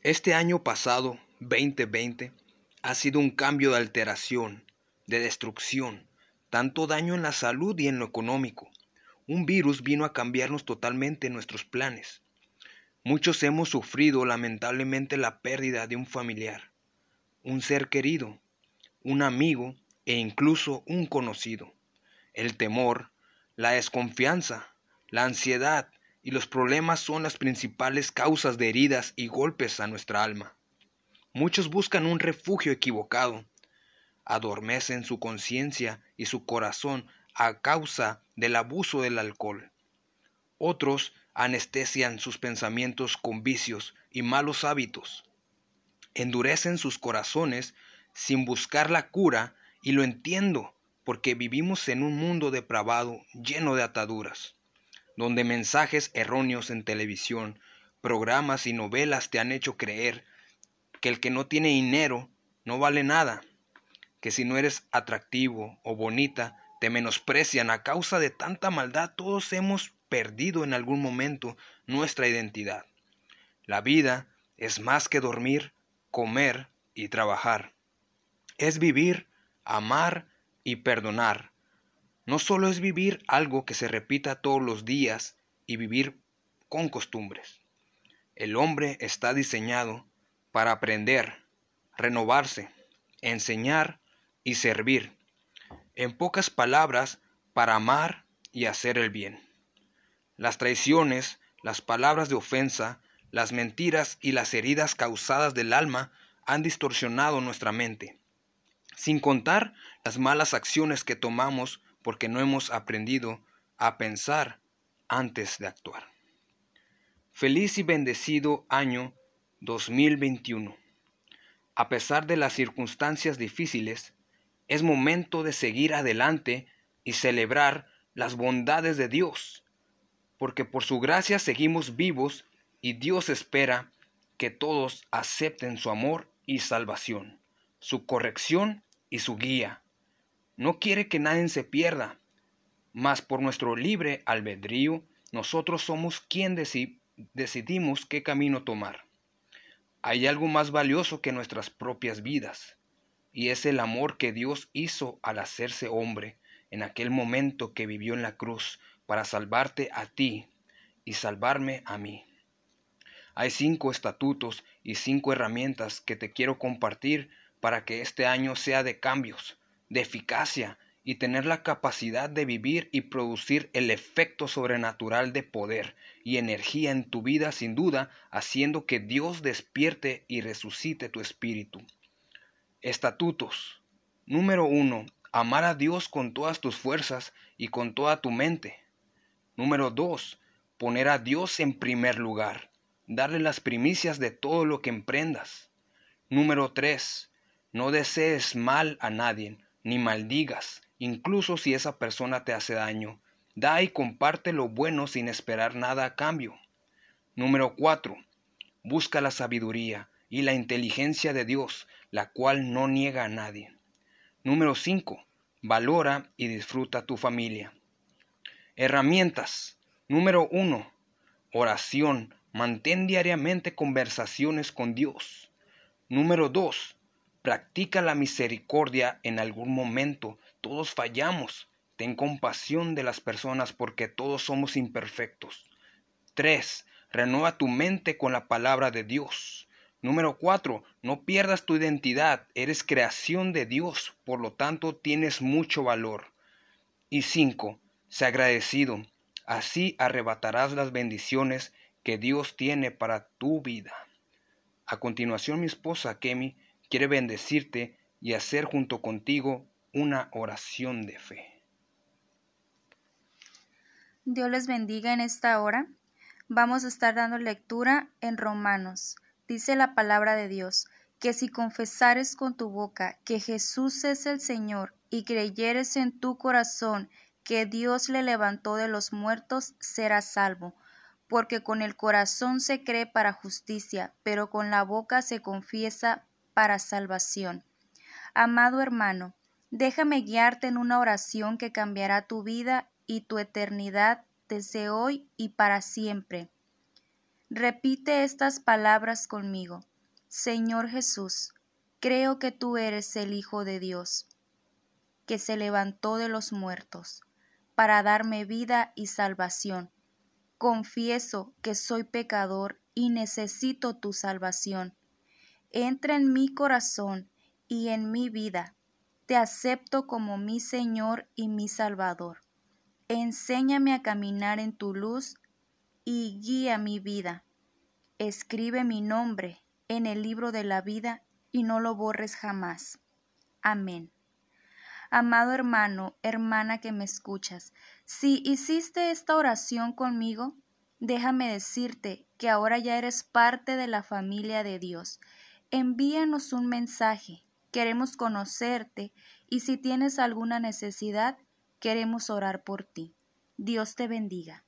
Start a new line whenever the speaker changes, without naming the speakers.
Este año pasado, 2020, ha sido un cambio de alteración, de destrucción, tanto daño en la salud y en lo económico. Un virus vino a cambiarnos totalmente nuestros planes. Muchos hemos sufrido lamentablemente la pérdida de un familiar, un ser querido, un amigo e incluso un conocido. El temor, la desconfianza, la ansiedad y los problemas son las principales causas de heridas y golpes a nuestra alma. Muchos buscan un refugio equivocado, adormecen su conciencia y su corazón a causa del abuso del alcohol. Otros anestesian sus pensamientos con vicios y malos hábitos. Endurecen sus corazones sin buscar la cura, y lo entiendo porque vivimos en un mundo depravado lleno de ataduras, donde mensajes erróneos en televisión, programas y novelas te han hecho creer que el que no tiene dinero no vale nada, que si no eres atractivo o bonita te menosprecian. A causa de tanta maldad, todos hemos perdido en algún momento nuestra identidad. La vida es más que dormir, comer y trabajar. Es vivir, amar y perdonar. No solo es vivir algo que se repita todos los días y vivir con costumbres. El hombre está diseñado para aprender, renovarse, enseñar y servir. En pocas palabras, para amar y hacer el bien. Las traiciones, las palabras de ofensa, las mentiras y las heridas causadas del alma han distorsionado nuestra mente, sin contar las malas acciones que tomamos porque no hemos aprendido a pensar antes de actuar. Feliz y bendecido año 2021. A pesar de las circunstancias difíciles, es momento de seguir adelante y celebrar las bondades de Dios, porque por su gracia seguimos vivos y Dios espera que todos acepten su amor y salvación, su corrección y su guía. No quiere que nadie se pierda, mas por nuestro libre albedrío nosotros somos quien decidimos qué camino tomar. Hay algo más valioso que nuestras propias vidas, y es el amor que Dios hizo al hacerse hombre en aquel momento que vivió en la cruz para salvarte a ti y salvarme a mí. Hay 5 estatutos y 5 herramientas que te quiero compartir para que este año sea de cambios, de eficacia y tener la capacidad de vivir y producir el efecto sobrenatural de poder y energía en tu vida, sin duda, haciendo que Dios despierte y resucite tu espíritu. Estatutos. Número 1. Amar a Dios con todas tus fuerzas y con toda tu mente. Número 2. Poner a Dios en primer lugar. Darle las primicias de todo lo que emprendas. Número 3. No desees mal a nadie, ni maldigas, incluso si esa persona te hace daño. Da y comparte lo bueno sin esperar nada a cambio. Número 4. Busca la sabiduría y la inteligencia de Dios, la cual no niega a nadie. Número 5. Valora y disfruta tu familia. Herramientas. Número 1. Oración. Mantén diariamente conversaciones con Dios. Número 2. Practica la misericordia en algún momento. Todos fallamos. Ten compasión de las personas porque todos somos imperfectos. 3. Renueva tu mente con la palabra de Dios. Número 4. No pierdas tu identidad. Eres creación de Dios, por lo tanto tienes mucho valor. Y 5. Sé agradecido. Así arrebatarás las bendiciones que Dios tiene para tu vida. A continuación, mi esposa Kemi quiere bendecirte y hacer junto contigo una oración de fe.
Dios les bendiga en esta hora. Vamos a estar dando lectura en Romanos. Dice la palabra de Dios, que si confesares con tu boca que Jesús es el Señor y creyeres en tu corazón que Dios le levantó de los muertos, serás salvo. Porque con el corazón se cree para justicia, pero con la boca se confiesa para salvación. Amado hermano, déjame guiarte en una oración que cambiará tu vida y tu eternidad desde hoy y para siempre. Repite estas palabras conmigo. Señor Jesús, creo que tú eres el Hijo de Dios, que se levantó de los muertos, para darme vida y salvación. Confieso que soy pecador y necesito tu salvación. Entra en mi corazón y en mi vida. Te acepto como mi Señor y mi Salvador. Enséñame a caminar en tu luz y guía mi vida. Escribe mi nombre en el libro de la vida y no lo borres jamás. Amén. Amado hermano, hermana que me escuchas, si hiciste esta oración conmigo, déjame decirte que ahora ya eres parte de la familia de Dios. Envíanos un mensaje, queremos conocerte y si tienes alguna necesidad, queremos orar por ti. Dios te bendiga.